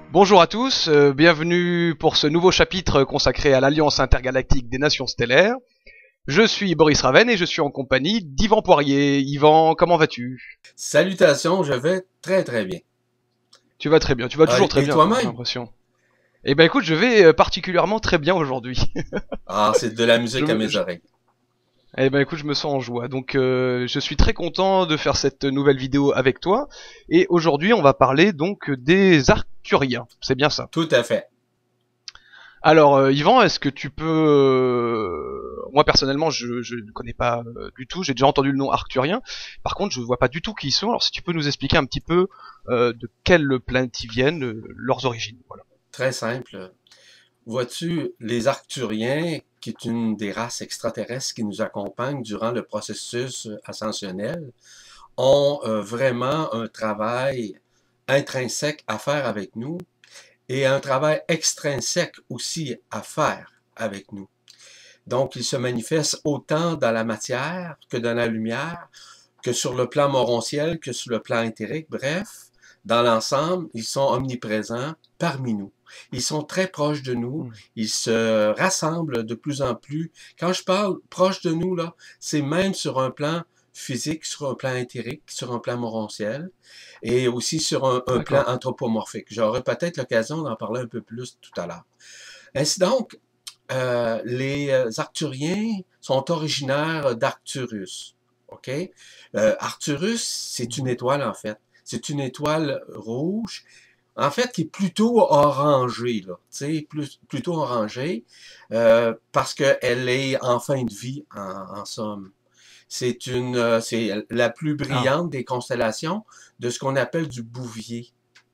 Bonjour à tous, bienvenue pour ce nouveau chapitre consacré à l'Alliance intergalactique des nations stellaires. Je suis Boris Raven et je suis en compagnie d'Yvan Poirier. Yvan, comment vas-tu? Salutations, je vais très très bien. Tu vas très bien, tu vas toujours très Et bien toi, j'ai toi-même? l'impression. Eh ben écoute, je vais particulièrement très bien aujourd'hui. Ah, c'est de la Je musique à me, mes je- oreilles. Eh ben écoute, je me sens en joie. Donc je suis très content de faire cette nouvelle vidéo avec toi. Et aujourd'hui, on va parler donc des Arcturiens. C'est bien ça. Tout à fait. Alors, Yvan, est-ce que tu peux... Moi, personnellement, je ne connais pas du tout. J'ai déjà entendu le nom arcturien. Par contre, je ne vois pas du tout qui ils sont. Alors, si tu peux nous expliquer un petit peu de quelle planète ils viennent, leurs origines. Voilà. Très simple. Vois-tu, les Arcturiens, qui est une des races extraterrestres qui nous accompagnent durant le processus ascensionnel, ont vraiment un travail intrinsèque à faire avec nous et un travail extrinsèque aussi à faire avec nous. Donc, ils se manifestent autant dans la matière que dans la lumière, que sur le plan morontiel, que sur le plan éthérique. Bref, dans l'ensemble, ils sont omniprésents parmi nous. Ils sont très proches de nous. Hmm. Ils se rassemblent de plus en plus. Quand je parle proche de nous, là, c'est même sur un plan physique, sur un plan éthérique, sur un plan morontiel et aussi sur un plan D'accord. anthropomorphique. J'aurai peut-être l'occasion d'en parler un peu plus tout à l'heure. Ainsi donc, les Arcturiens sont originaires d'Arcturus. OK? Arcturus, c'est une Mhm. étoile, en fait. C'est une étoile rouge, en fait, qui est plutôt orangée, là. Tu sais, plutôt orangée, parce qu'elle est en fin de vie, en somme. C'est la plus Ah, brillante des constellations de ce qu'on appelle du Bouvier.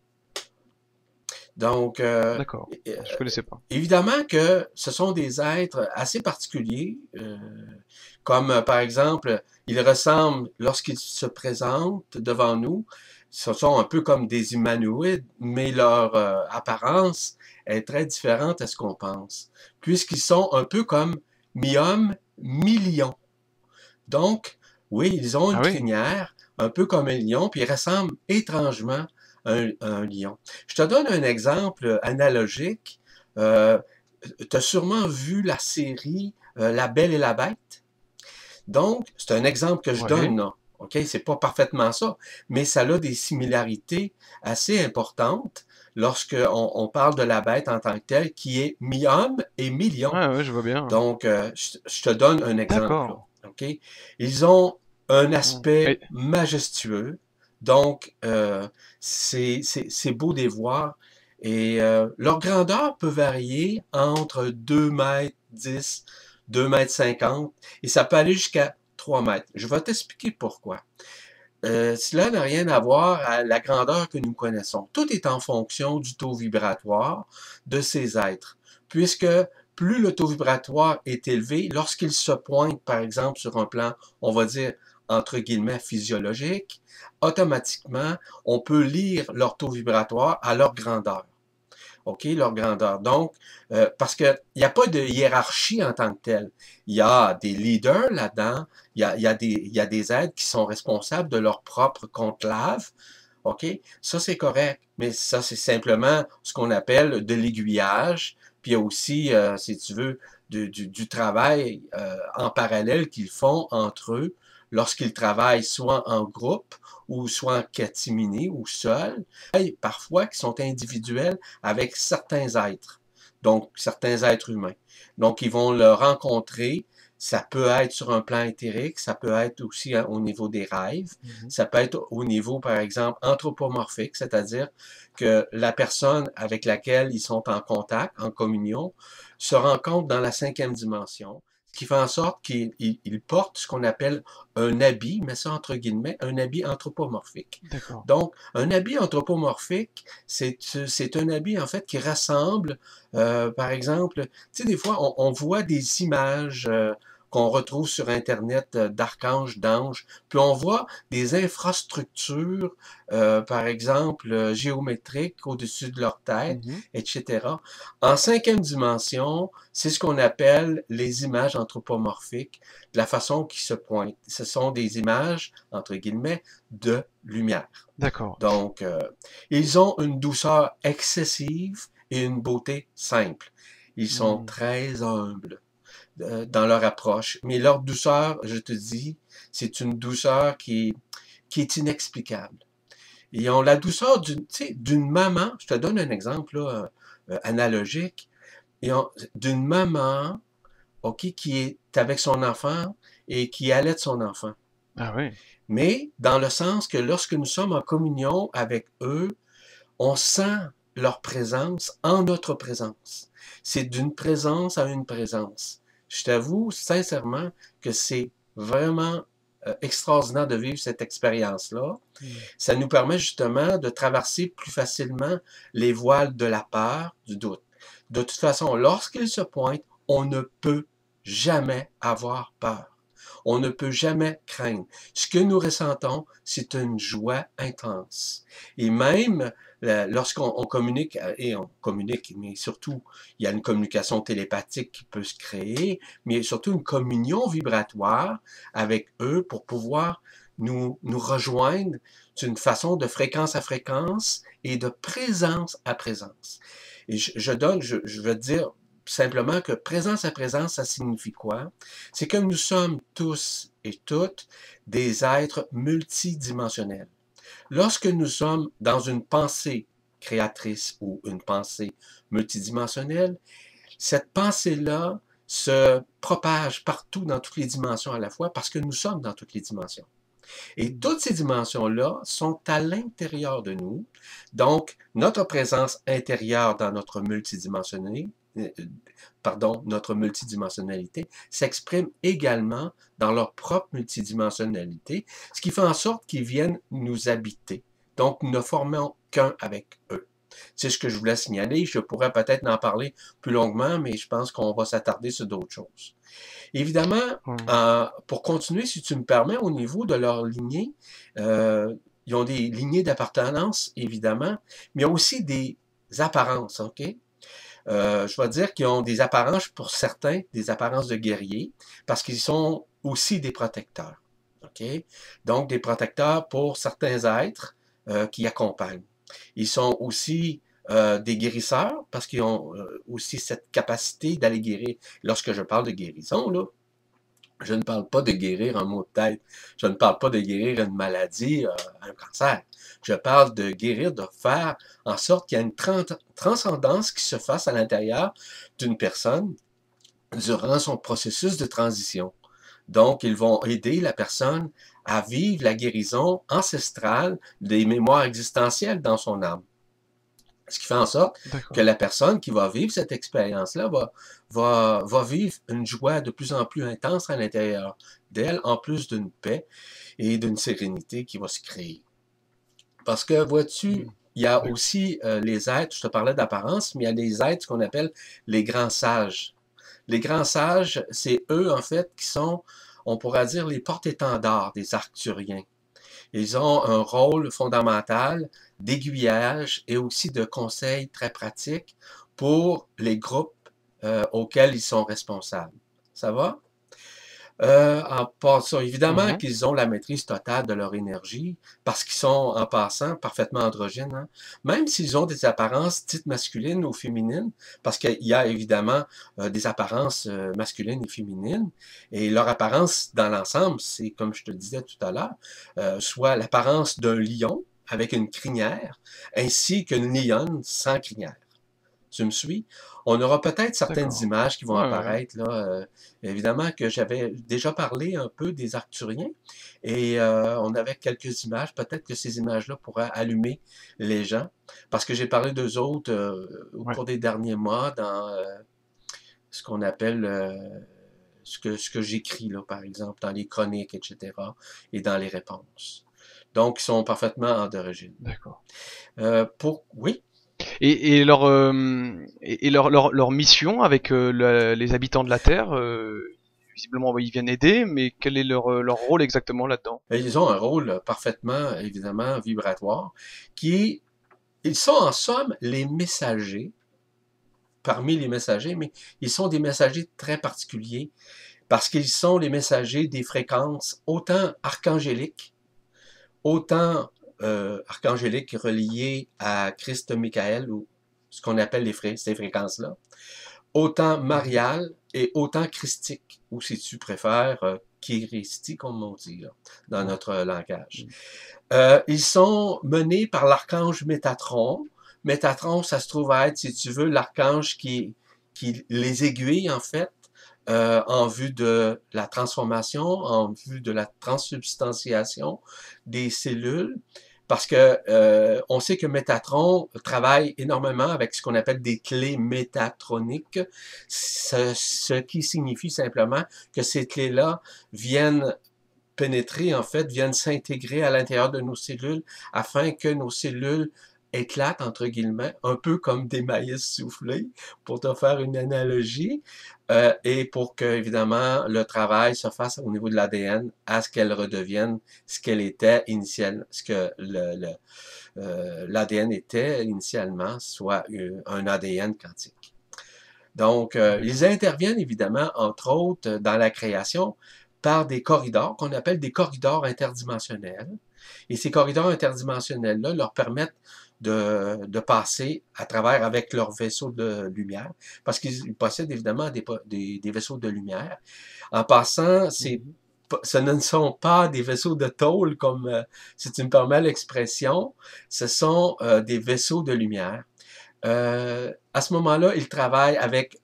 Donc, d'accord. Je connaissais pas. évidemment que ce sont des êtres assez particuliers, comme par exemple, ils ressemblent, lorsqu'ils se présentent devant nous, ce sont un peu comme des humanoïdes, mais leur apparence est très différente à ce qu'on pense, puisqu'ils sont un peu comme mi-homme, mi-lion. Donc, oui, ils ont une Ah oui? crinière, un peu comme un lion, puis ils ressemblent étrangement à un lion. Je te donne un exemple analogique. Euh, tu as sûrement vu la série La Belle et la Bête. Donc, c'est un exemple que je Ouais. donne, là. OK? C'est pas parfaitement ça, mais ça a des similarités assez importantes lorsque on parle de la bête en tant que telle, qui est mi-homme et mi-lion. Ouais, ouais, je vois bien. Donc, je te donne un exemple, là. D'accord. OK? Ils ont un Hmm. aspect majestueux. Donc, c'est beau de les voir. Et leur grandeur peut varier entre 2 mètres 10, 2 mètres 50, et ça peut aller jusqu'à 3 mètres. Je vais t'expliquer pourquoi. Cela n'a rien à voir à la grandeur que nous connaissons. Tout est en fonction du taux vibratoire de ces êtres, puisque plus le taux vibratoire est élevé, lorsqu'ils se pointent, par exemple, sur un plan, on va dire, entre guillemets, physiologique, automatiquement, on peut lire leur taux vibratoire à leur grandeur. OK, leur grandeur. Donc, parce qu'il n'y a pas de hiérarchie en tant que telle. Il y a des leaders là-dedans, il y a des êtres qui sont responsables de leur propre conclave. OK, ça c'est correct, mais ça c'est simplement ce qu'on appelle de l'aiguillage. Puis il y a aussi, si tu veux, du travail en parallèle qu'ils font entre eux lorsqu'ils travaillent soit en groupe ou soit en catimini ou seuls, parfois qui sont individuels avec certains êtres, donc certains êtres humains. Donc ils vont le rencontrer, ça peut être sur un plan éthérique, ça peut être aussi au niveau des rêves, Mhm. ça peut être au niveau, par exemple, anthropomorphique, c'est-à-dire que la personne avec laquelle ils sont en contact, en communion, se rencontre dans la cinquième dimension, ce qui fait en sorte qu'ils portent ce qu'on appelle un habit, mais ça entre guillemets, un habit anthropomorphique. D'accord. Donc, un habit anthropomorphique, c'est un habit en fait qui rassemble, par exemple, tu sais, des fois, on voit des images qu'on retrouve sur Internet d'archanges, d'anges. Puis on voit des infrastructures, par exemple, géométriques au-dessus de leur tête, Mhm. etc. En cinquième dimension, c'est ce qu'on appelle les images anthropomorphiques, de la façon qui se pointent. Ce sont des images, entre guillemets, de lumière. D'accord. Donc, ils ont une douceur excessive et une beauté simple. Ils sont Mhm. très humbles dans leur approche. Mais leur douceur, je te dis, c'est une douceur qui est inexplicable. Ils ont la douceur d'une maman. Je te donne un exemple là, analogique. D'une maman, ok, qui est avec son enfant et qui allait son enfant. Ah oui. Mais dans le sens que lorsque nous sommes en communion avec eux, on sent leur présence en notre présence. C'est d'une présence à une présence. Je t'avoue sincèrement que c'est vraiment extraordinaire de vivre cette expérience-là. Mhm. Ça nous permet justement de traverser plus facilement les voiles de la peur, du doute. De toute façon, lorsqu'ils se pointent, on ne peut jamais avoir peur. On ne peut jamais craindre. Ce que nous ressentons, c'est une joie intense. Et même lorsqu'on communique, et on communique, mais surtout, il y a une communication télépathique qui peut se créer, mais surtout une communion vibratoire avec eux pour pouvoir nous rejoindre d'une façon de fréquence à fréquence et de présence à présence. Et je veux dire simplement que présence à présence, ça signifie quoi? C'est que nous sommes tous et toutes des êtres multidimensionnels. Lorsque nous sommes dans une pensée créatrice ou une pensée multidimensionnelle, cette pensée-là se propage partout dans toutes les dimensions à la fois parce que nous sommes dans toutes les dimensions. Et toutes ces dimensions-là sont à l'intérieur de nous. Donc, notre présence intérieure dans notre multidimensionnalité, notre multidimensionnalité s'exprime également dans leur propre multidimensionnalité, ce qui fait en sorte qu'ils viennent nous habiter. Donc, nous ne formons qu'un avec eux. C'est ce que je voulais signaler. Je pourrais peut-être en parler plus longuement, mais je pense qu'on va s'attarder sur d'autres choses. Évidemment, Mhm. pour continuer, si tu me permets, au niveau de leur lignée, ils ont des lignées d'appartenance, évidemment, mais il y a aussi des apparences, OK? Je vais dire qu'ils ont des apparences, pour certains, des apparences de guerriers, parce qu'ils sont aussi des protecteurs, OK? Donc, des protecteurs pour certains êtres qui accompagnent. Ils sont aussi des guérisseurs, parce qu'ils ont aussi cette capacité d'aller guérir. Lorsque je parle de guérison, là, je ne parle pas de guérir un mot de tête. Je ne parle pas de guérir une maladie, un cancer. Je parle de guérir, de faire en sorte qu'il y a une transcendance qui se fasse à l'intérieur d'une personne durant son processus de transition. Donc, ils vont aider la personne à vivre la guérison ancestrale des mémoires existentielles dans son âme. Ce qui fait en sorte que D'accord. la personne qui va vivre cette expérience-là va vivre une joie de plus en plus intense à l'intérieur d'elle, en plus d'une paix et d'une sérénité qui va se créer. Parce que, vois-tu, Mhm. il y a D'accord. aussi les êtres, je te parlais d'apparence, mais il y a les êtres qu'on appelle les grands sages. Les grands sages, c'est eux, en fait, qui sont, on pourrait dire, les porte-étendards des Arcturiens. Ils ont un rôle fondamental d'aiguillage et aussi de conseil très pratique pour les groupes auxquels ils sont responsables. Ça va? En passant, évidemment Mhm. qu'ils ont la maîtrise totale de leur énergie, parce qu'ils sont, en passant, parfaitement androgynes, hein. Même s'ils ont des apparences dites masculines ou féminines, parce qu'il y a évidemment des apparences masculines et féminines, et leur apparence dans l'ensemble, c'est, comme je te le disais tout à l'heure, soit l'apparence d'un lion avec une crinière, ainsi qu'une lionne sans crinière. Tu me suis? On aura peut-être certaines D'accord. images qui vont Ouais, ouais, ouais. apparaître là. Évidemment que j'avais déjà parlé un peu des Arcturiens et on avait quelques images. Peut-être que ces images-là pourraient allumer les gens parce que j'ai parlé d'eux autres au Ouais. cours des derniers mois dans ce qu'on appelle ce que j'écris là, par exemple, dans les chroniques, etc. et dans les réponses. Donc, ils sont parfaitement en d'origine. D'accord. Oui, Et leur mission avec les habitants de la Terre, visiblement ils viennent aider, mais quel est leur rôle exactement là-dedans? Et ils ont un rôle parfaitement, évidemment, vibratoire, qui est, ils sont en somme les messagers, parmi les messagers, mais ils sont des messagers très particuliers, parce qu'ils sont les messagers des fréquences autant archangéliques, autant archangéliques reliées à Christ Michael, ou ce qu'on appelle ces fréquences-là, autant Mhm. marial et autant christique, ou si tu préfères, Christi, comme on dit là, dans Ouais. notre langage. Mhm. Ils sont menés par l'archange Métatron. Métatron, ça se trouve à être, si tu veux, l'archange qui les aiguille, en fait, en vue de la transformation, en vue de la transsubstantiation des cellules. Parce que on sait que Métatron travaille énormément avec ce qu'on appelle des clés métatroniques, ce qui signifie simplement que ces clés-là viennent pénétrer, en fait, viennent s'intégrer à l'intérieur de nos cellules afin que nos cellules éclatent, entre guillemets, un peu comme des maïs soufflés, pour te faire une analogie, et pour que, évidemment, le travail se fasse au niveau de l'ADN à ce qu'elle redevienne ce qu'elle était initialement, ce que l'ADN était initialement, soit un ADN quantique. Donc, ils D'accord. interviennent évidemment, entre autres, dans la création par des corridors qu'on appelle des corridors interdimensionnels. Et ces corridors interdimensionnels-là leur permettent de passer à travers avec leur vaisseau de lumière, parce qu'ils possèdent évidemment des vaisseaux de lumière. En passant, Mhm. ce ne sont pas des vaisseaux de tôle, comme si tu me permets l'expression, ce sont des vaisseaux de lumière. À ce moment-là, il travaille avec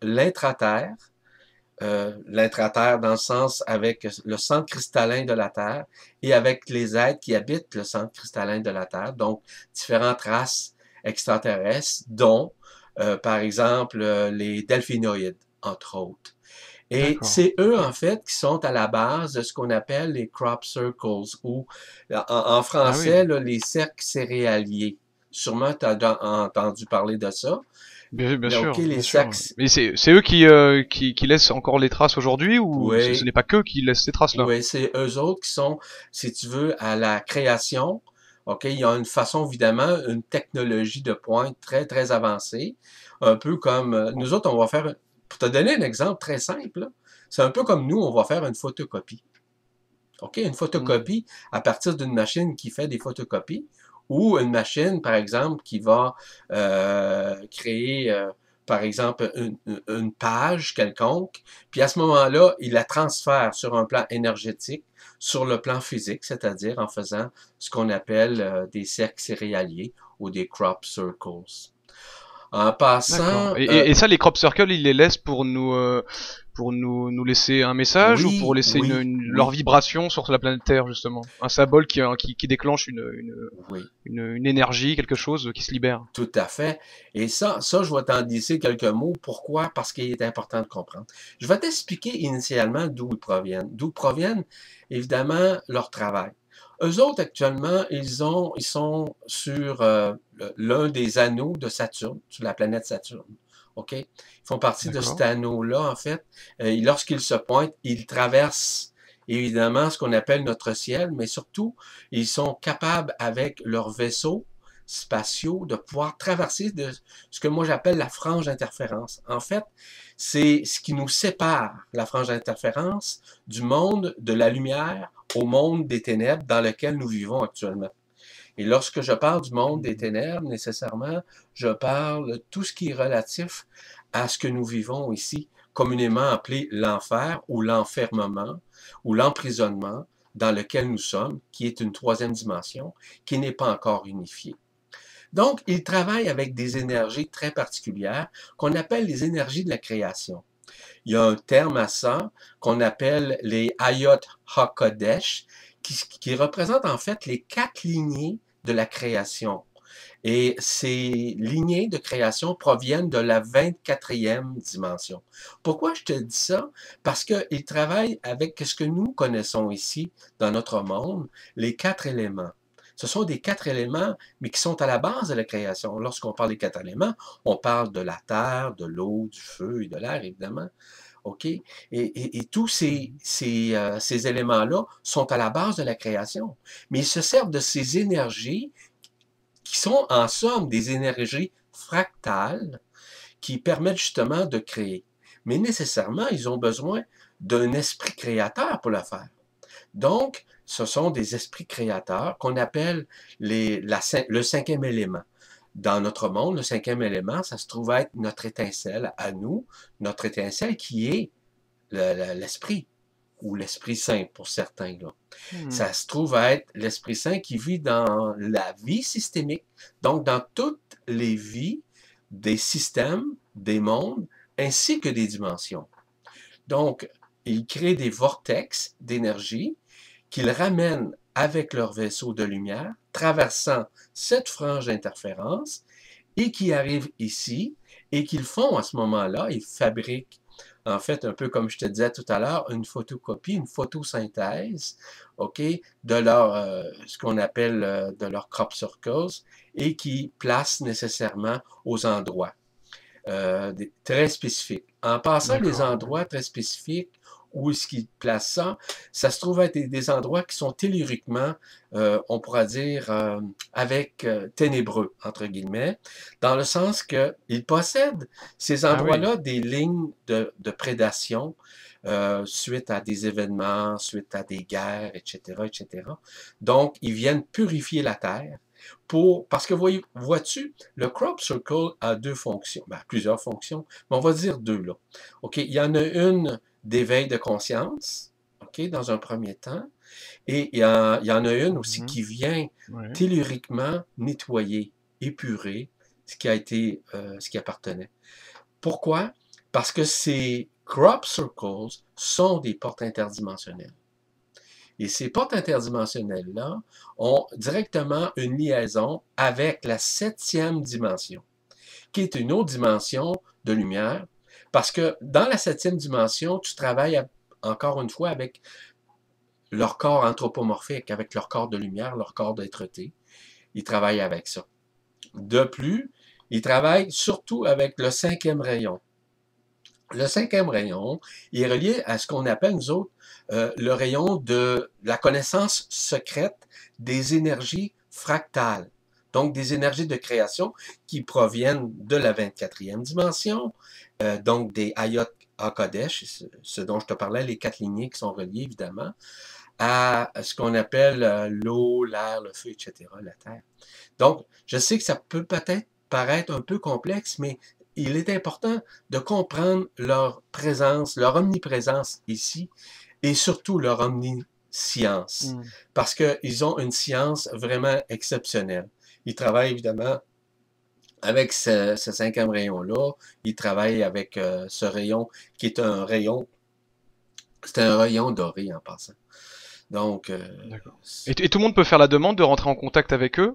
l'intraterre dans le sens avec le centre cristallin de la Terre et avec les êtres qui habitent le centre cristallin de la Terre, donc différentes races extraterrestres, dont, par exemple, les delphinoïdes, entre autres. Et D'accord. c'est eux, Ok. en fait, qui sont à la base de ce qu'on appelle les crop circles, ou en Ah oui. français, là, les cercles céréaliers. Sûrement, tu as entendu parler de ça. Bien OK, sûr, les bien sûr. cercles, Mais c'est eux qui laissent encore les traces aujourd'hui ou ce oui, n'est pas qu'eux qui laissent ces traces-là? oui, c'est eux autres qui sont, si tu veux, à la création. OK, il y a une façon, évidemment, une technologie de pointe très, très avancée. Un peu comme, nous autres, on va faire, pour te donner un exemple très simple, là, c'est un peu comme nous, on va faire une photocopie. OK, une Hmm. photocopie à partir d'une machine qui fait des photocopies ou une machine, par exemple, qui va créer, par exemple, une page quelconque, puis à ce moment-là, il la transfère sur un plan énergétique, sur le plan physique, c'est-à-dire en faisant ce qu'on appelle des cercles céréaliers ou des crop circles. En D'accord. passant, Et ça, les crop circles, ils les laissent pour nous laisser un message ou pour oui, laisser oui, leur oui, vibration sur la planète Terre justement, un symbole qui déclenche oui. une énergie, quelque chose qui se libère. Tout à fait. Et ça, je vais t'en glisser quelques mots. Pourquoi? Parce qu'il est important de comprendre. Je vais t'expliquer initialement d'où ils proviennent. D'où proviennent, évidemment, leur travail. Eux autres, actuellement, ils sont sur l'un des anneaux de Saturne, sur la planète Saturne. OK? Ils font partie de cet D'accord. anneau-là, en fait. Lorsqu'ils se pointent, ils traversent évidemment ce qu'on appelle notre ciel, mais surtout, ils sont capables, avec leur vaisseau, spatiaux, de pouvoir traverser de ce que moi j'appelle la frange d'interférence. En fait, c'est ce qui nous sépare, la frange d'interférence, du monde de la lumière au monde des ténèbres dans lequel nous vivons actuellement. Et lorsque je parle du monde des Mhm. ténèbres, nécessairement, je parle de tout ce qui est relatif à ce que nous vivons ici, communément appelé l'enfer ou l'enfermement ou l'emprisonnement dans lequel nous sommes, qui est une troisième dimension, qui n'est pas encore unifiée. Donc, il travaille avec des énergies très particulières qu'on appelle les énergies de la création. Il y a un terme à ça qu'on appelle les Hayot HaKodesh, qui représentent en fait les 4 lignées de la création. Et ces lignées de création proviennent de la 24e dimension. Pourquoi je te dis ça? Parce qu'ils travaillent avec ce que nous connaissons ici dans notre monde, les 4 éléments. Ce sont des 4 éléments, mais qui sont à la base de la création. Lorsqu'on parle des 4 éléments, on parle de la terre, de l'eau, du feu et de l'air, évidemment. OK? Et tous ces éléments-là sont à la base de la création. Mais ils se servent de ces énergies qui sont en somme des énergies fractales qui permettent justement de créer. Mais nécessairement, ils ont besoin d'un esprit créateur pour le faire. Donc, ce sont des esprits créateurs qu'on appelle le cinquième élément. Dans notre monde, le cinquième élément, ça se trouve être notre étincelle à nous, notre étincelle qui est l'esprit, ou l'Esprit Saint pour certains. Là. Ça se trouve être l'Esprit Saint qui vit dans la vie systémique, donc dans toutes les vies des systèmes, des mondes, ainsi que des dimensions. Donc, il crée des vortex d'énergie qu'ils ramènent avec leur vaisseau de lumière, traversant cette frange d'interférence, et qui arrivent ici, et qu'ils font à ce moment-là, ils fabriquent, en fait, un peu comme je te disais tout à l'heure, une photocopie, une photosynthèse, OK, de leur, ce qu'on appelle de leur crop circles, et qui placent nécessairement aux endroits très spécifiques. En passant les endroits très spécifiques, où est-ce qu'ils placent ça? Ça se trouve être des endroits qui sont telluriquement, on pourra dire, ténébreux, entre guillemets, dans le sens qu'ils possèdent ces endroits-là des lignes de prédation suite à des événements, suite à des guerres, etc., etc. Donc, ils viennent purifier la Terre. Parce que vois-tu, le crop circle a deux fonctions, plusieurs fonctions, mais on va dire deux là. OK, il y en a une d'éveil de conscience, OK, dans un premier temps, et il y en a une aussi qui vient telluriquement nettoyer, épurer ce qui a été, ce qui appartenait. Pourquoi? Parce que ces crop circles sont des portes interdimensionnelles. Et ces portes interdimensionnelles-là ont directement une liaison avec la 7e dimension, qui est une autre dimension de lumière, parce que dans la 7e dimension, tu travailles encore une fois avec leur corps anthropomorphique, avec leur corps de lumière, leur corps d'être-té. Ils travaillent avec ça. De plus, ils travaillent surtout avec le 5e rayon. Le 5e rayon est relié à ce qu'on appelle, nous autres, le rayon de la connaissance secrète des énergies fractales. Donc, des énergies de création qui proviennent de la 24e dimension, donc des Hayot HaKodesh, ce dont je te parlais, les 4 lignées qui sont reliées, évidemment, à ce qu'on appelle l'eau, l'air, le feu, etc., la terre. Donc, je sais que ça peut peut-être paraître un peu complexe, mais il est important de comprendre leur présence, leur omniprésence ici, et surtout leur omniscience, parce qu'ils ont une science vraiment exceptionnelle. Ils travaillent évidemment avec ce 5e rayon-là, ils travaillent avec ce rayon qui est un rayon, c'est un rayon doré en passant. Donc, et tout le monde peut faire la demande de rentrer en contact avec eux?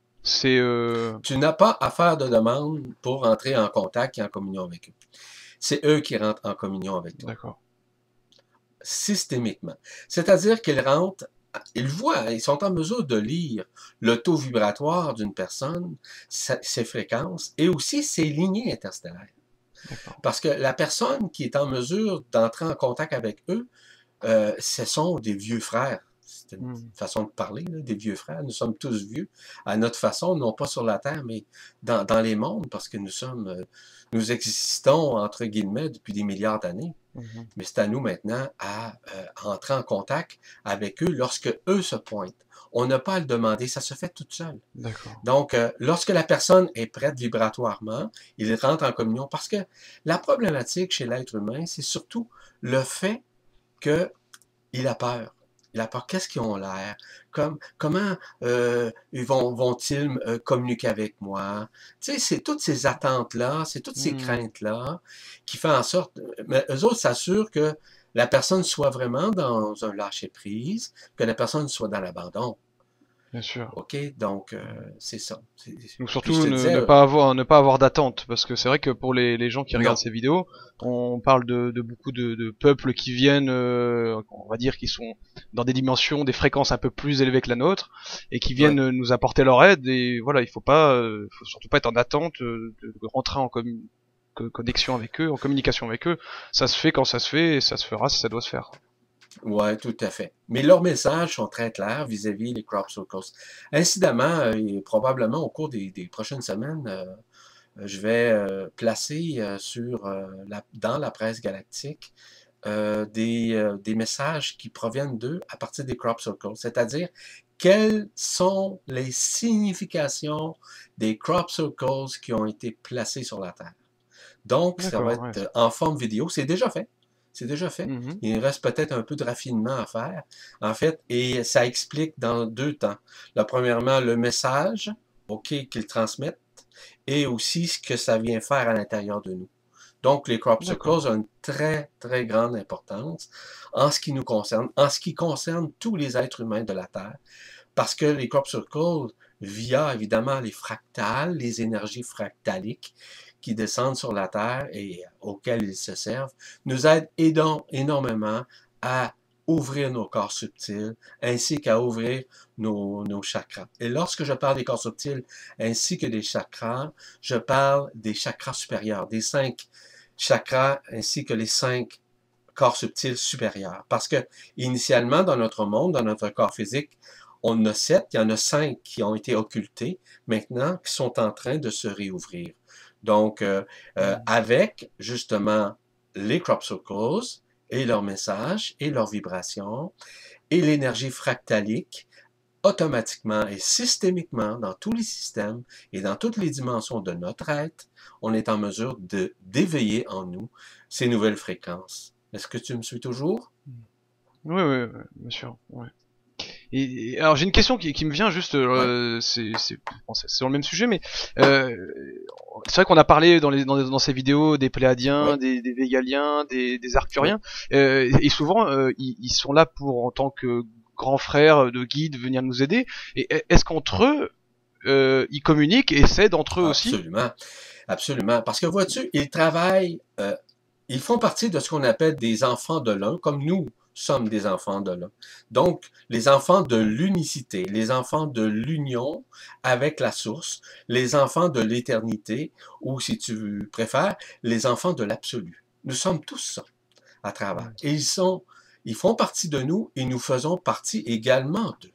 Tu n'as pas à faire de demande pour entrer en contact et en communion avec eux. C'est eux qui rentrent en communion avec toi. D'accord. Systémiquement. C'est-à-dire qu'ils rentrent, ils voient, ils sont en mesure de lire le taux vibratoire d'une personne, ses fréquences et aussi ses lignées interstellaires. Parce que la personne qui est en mesure d'entrer en contact avec eux, ce sont des vieux frères. C'est une façon de parler, là, des vieux frères. Nous sommes tous vieux à notre façon, non pas sur la Terre, mais dans les mondes, parce que nous existons, entre guillemets, depuis des milliards d'années. Mais c'est à nous maintenant à entrer en contact avec eux lorsque eux se pointent. On n'a pas à le demander, ça se fait tout seul. Donc, lorsque la personne est prête vibratoirement, il rentre en communion. Parce que la problématique chez l'être humain, c'est surtout le fait qu'il a peur. Il a peur. Qu'est-ce qu'ils ont l'air? Comment vont-ils communiquer avec moi? Tu sais, c'est toutes ces attentes-là, c'est toutes ces craintes-là qui font en sorte... Mais eux autres s'assurent que la personne soit vraiment dans un lâcher-prise, que la personne soit dans l'abandon. Bien sûr. OK, donc c'est ça. Donc surtout ne pas avoir d'attente, parce que c'est vrai que pour les gens qui regardent ces vidéos, on parle de beaucoup de peuples qui viennent, on va dire, qui sont dans des dimensions, des fréquences un peu plus élevées que la nôtre, et qui viennent nous apporter leur aide. Et voilà, faut surtout pas être en attente de rentrer connexion avec eux, en communication avec eux. Ça se fait quand ça se fait, et ça se fera si ça doit se faire. Ouais, tout à fait. Mais leurs messages sont très clairs vis-à-vis les crop circles. Incidemment, et probablement au cours des prochaines semaines, je vais placer dans la presse galactique des messages qui proviennent d'eux à partir des crop circles, c'est-à-dire quelles sont les significations des crop circles qui ont été placés sur la Terre. Donc, ça va D'accord, ouais. être en forme vidéo. C'est déjà fait. C'est déjà fait. Mhm. Il reste peut-être un peu de raffinement à faire, en fait, et ça explique dans deux temps. Là, premièrement, le message, OK, qu'ils transmettent, et aussi ce que ça vient faire à l'intérieur de nous. Donc, les crop D'accord. circles ont une très, très grande importance en ce qui nous concerne, en ce qui concerne tous les êtres humains de la Terre, parce que les crop circles, via évidemment les fractales, les énergies fractaliques qui descendent sur la Terre et auxquelles ils se servent, nous aident énormément à ouvrir nos corps subtils, ainsi qu'à ouvrir nos chakras. Et lorsque je parle des corps subtils ainsi que des chakras, je parle des chakras supérieurs, des 5 chakras ainsi que les 5 corps subtils supérieurs. Parce que, initialement, dans notre monde, dans notre corps physique, on en a 7, il y en a 5 qui ont été occultés, maintenant, qui sont en train de se réouvrir. Donc, Mhm. avec, justement, les crop circles et leurs messages et leurs vibrations et l'énergie fractalique, automatiquement et systémiquement dans tous les systèmes et dans toutes les dimensions de notre être, on est en mesure d'éveiller en nous ces nouvelles fréquences. Est-ce que tu me suis toujours? Oui, oui, oui, bien sûr. Ouais. Alors j'ai une question qui me vient juste, Ouais, bon, c'est sur le même sujet, mais euh, c'est vrai qu'on a parlé dans ces vidéos des Pléadiens, ouais, des Végaliens, des ouais. Arcturiens, et souvent ils sont là pour, en tant que grands frères, de guides, venir nous aider. Et est-ce qu'entre eux, ils communiquent et s'aident entre eux aussi? Absolument, absolument. Parce que vois-tu, ils travaillent, ils font partie de ce qu'on appelle des enfants de l'un, comme nous sommes des enfants de l'un. Donc, les enfants de l'unicité, les enfants de l'union avec la source, les enfants de l'éternité, ou si tu préfères, les enfants de l'absolu. Nous sommes tous ça à travers. Mm. Et ils font partie de nous et nous faisons partie également d'eux.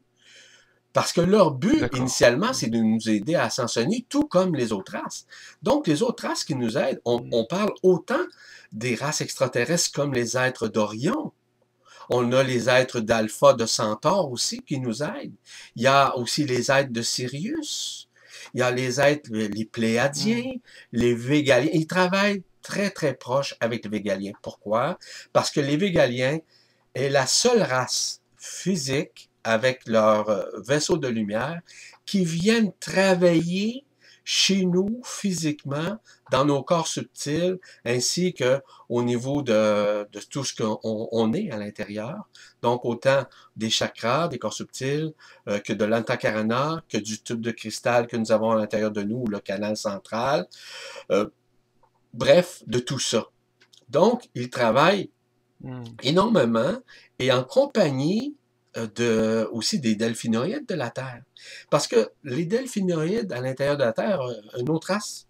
Parce que leur but, D'accord. initialement, c'est Mm. de nous aider à ascensionner, tout comme les autres races. Donc, les autres races qui nous aident, Mm. on parle autant des races extraterrestres comme les êtres d'Orion. On a les êtres d'Alpha, de Centaure aussi qui nous aident. Il y a aussi les êtres de Sirius. Il y a les êtres, les Mm. Pléadiens, les Végaliens. Ils travaillent très, très proches avec les Végaliens. Pourquoi? Parce que les Végaliens est la seule race physique avec leur vaisseau de lumière qui viennent travailler chez nous physiquement dans nos corps subtils ainsi que au niveau de tout ce qu'on est à l'intérieur. Donc autant des chakras, des corps subtils, que de l'antakarana, que du tube de cristal que nous avons à l'intérieur de nous, ou le canal central. Euh, bref, de tout ça. Donc, ils travaillent Mm. énormément et en compagnie aussi des delphinoïdes de la Terre. Parce que les delphinoïdes à l'intérieur de la Terre, une autre race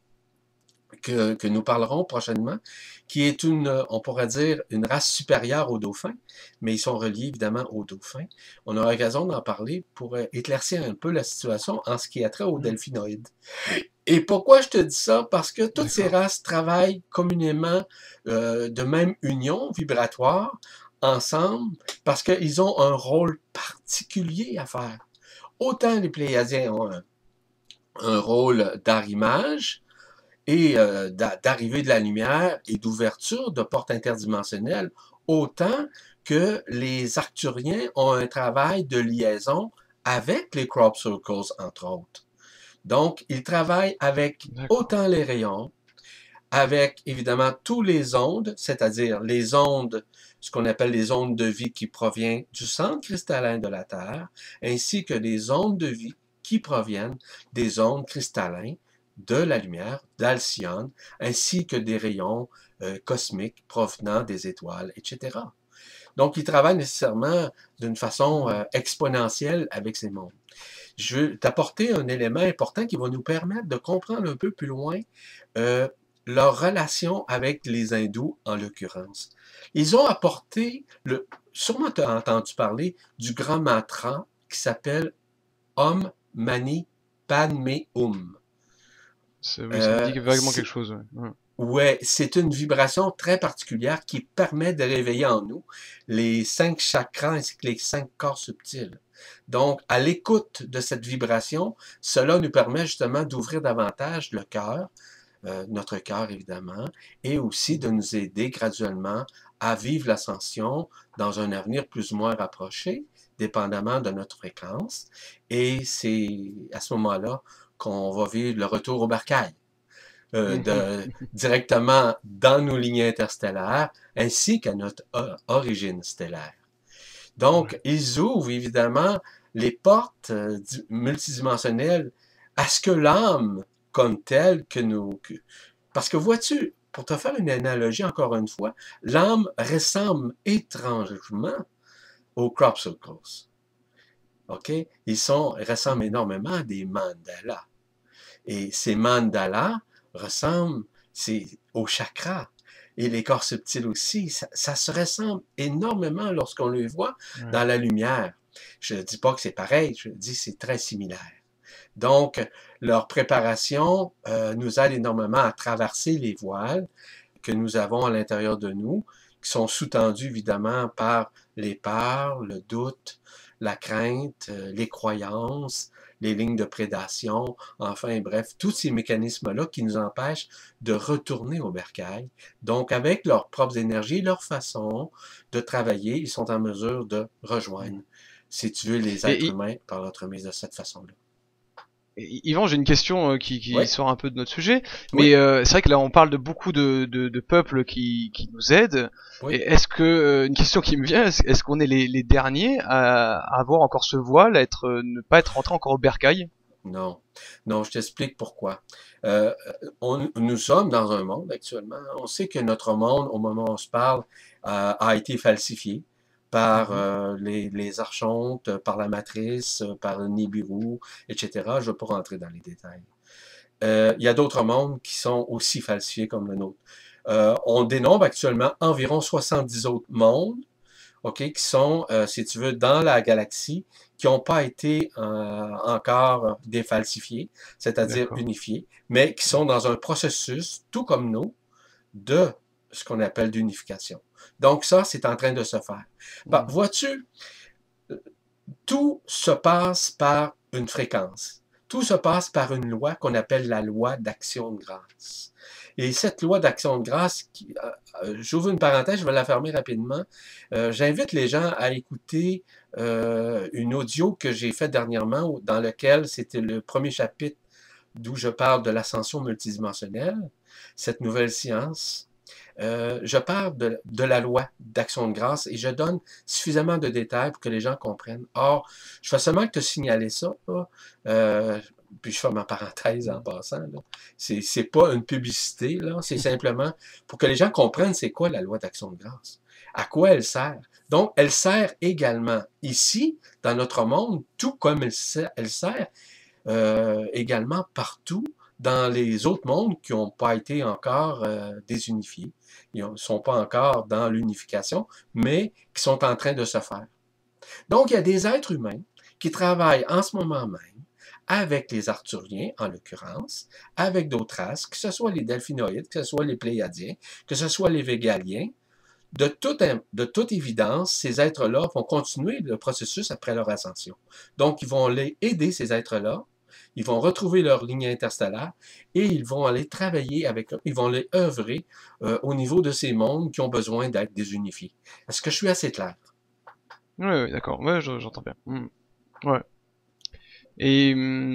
que nous parlerons prochainement, qui est on pourrait dire, une race supérieure aux dauphins, mais ils sont reliés évidemment aux dauphins. On aura l'occasion d'en parler pour éclaircir un peu la situation en ce qui a trait aux Mm. delphinoïdes. Et pourquoi je te dis ça? Parce que toutes ces D'accord. races travaillent communément de même union vibratoire ensemble parce qu'ils ont un rôle particulier à faire. Autant les Pléiadiens ont un rôle d'arrimage et d'arrivée de la lumière et d'ouverture de portes interdimensionnelles, autant que les Arcturiens ont un travail de liaison avec les crop circles, entre autres. Donc, ils travaillent avec D'accord. autant les rayons, avec évidemment tous les ondes, c'est-à-dire les ondes, ce qu'on appelle les ondes de vie qui proviennent du centre cristallin de la Terre, ainsi que les ondes de vie qui proviennent des ondes cristallines de la lumière, d'Alcyone, ainsi que des rayons cosmiques provenant des étoiles, etc. Donc, ils travaillent nécessairement d'une façon Mm. exponentielle avec ces mondes. Je veux t'apporter un élément important qui va nous permettre de comprendre un peu plus loin euh, leur relation avec les hindous, en l'occurrence. Ils ont apporté, sûrement tu as entendu parler du grand mantra qui s'appelle Om Mani Padme Hum. Oui, ça me dit vaguement quelque C'est chose. Ouais. Ouais, c'est une vibration très particulière qui permet de réveiller en nous les 5 chakras ainsi que les 5 corps subtils. Donc, à l'écoute de cette vibration, cela nous permet justement d'ouvrir davantage le cœur, notre cœur évidemment, et aussi de nous aider graduellement à vivre l'ascension dans un avenir plus ou moins rapproché, dépendamment de notre fréquence. Et c'est à ce moment-là qu'on va vivre le retour au bercail directement dans nos lignées interstellaires, ainsi qu'à notre origine stellaire. Donc, ils ouvrent évidemment les portes multidimensionnelles à ce que l'âme comme telle que nous... Parce que vois-tu, pour te faire une analogie encore une fois, l'âme ressemble étrangement aux crop circles. OK? Ressemblent énormément à des mandalas. Et ces mandalas ressemblent aux chakras. Et les corps subtils aussi, ça se ressemble énormément lorsqu'on les voit dans la lumière. Je ne dis pas que c'est pareil, je dis que c'est très similaire. Donc, leur préparation nous aide énormément à traverser les voiles que nous avons à l'intérieur de nous, qui sont sous-tendus évidemment par les peurs, le doute, la crainte, les croyances, les lignes de prédation, enfin bref, tous ces mécanismes-là qui nous empêchent de retourner au bercail. Donc, avec leurs propres énergies, leur façon de travailler, ils sont en mesure de rejoindre, si tu veux, les êtres Et, humains par l'entremise de cette façon-là. Yvan, j'ai une question qui Oui, sort un peu de notre sujet, oui, mais c'est vrai que là on parle de beaucoup de peuples qui nous aident. Et oui. est-ce que une question qui me vient, est-ce qu'on est les derniers à avoir encore ce voile, ne pas être rentré encore au bercail? Non, non, je t'explique pourquoi. Euh, nous sommes dans un monde actuellement. On sait que notre monde, au moment où on se parle, a été falsifié par Mhm. les archontes, par la matrice, par le Nibiru, etc. Je ne veux pas rentrer dans les détails. Il y a d'autres mondes qui sont aussi falsifiés comme le nôtre. On dénombre actuellement environ 70 autres mondes, OK, qui sont, si tu veux, dans la galaxie, qui n'ont pas été encore défalsifiés, c'est-à-dire D'accord. unifiés, mais qui sont dans un processus, tout comme nous, de ce qu'on appelle d'unification. Donc ça, c'est en train de se faire. Mhm. Vois-tu, tout se passe par une fréquence. Tout se passe par une loi qu'on appelle la loi d'action de grâce. Et cette loi d'action de grâce, j'ouvre une parenthèse, je vais la fermer rapidement. J'invite les gens à écouter une audio que j'ai faite dernièrement, dans lequel c'était le premier chapitre d'où je parle de l'ascension multidimensionnelle, cette nouvelle science. Je parle de la loi d'action de grâce et je donne suffisamment de détails pour que les gens comprennent. Or, je fais seulement que te signaler ça, là. Puis je fais ma parenthèse en passant. C'est pas une publicité, là. C'est simplement pour que les gens comprennent c'est quoi la loi d'action de grâce. À quoi elle sert. Donc, elle sert également ici, dans notre monde, tout comme elle sert également partout dans les autres mondes qui n'ont pas été encore désunifiés. Ils ne sont pas encore dans l'unification, mais qui sont en train de se faire. Donc, il y a des êtres humains qui travaillent en ce moment même avec les Arthuriens, en l'occurrence, avec d'autres races, que ce soit les Delphinoïdes, que ce soit les Pléiadiens, que ce soit les Végaliens. De toute évidence, ces êtres-là vont continuer le processus après leur ascension. Donc, ils vont les aider, ces êtres-là, ils vont retrouver leur ligne interstellaire et ils vont aller travailler avec eux, ils vont aller œuvrer au niveau de ces mondes qui ont besoin d'être désunifiés. Est-ce que je suis assez clair? Ouais, d'accord. Ouais, j'entends bien. Ouais. Et,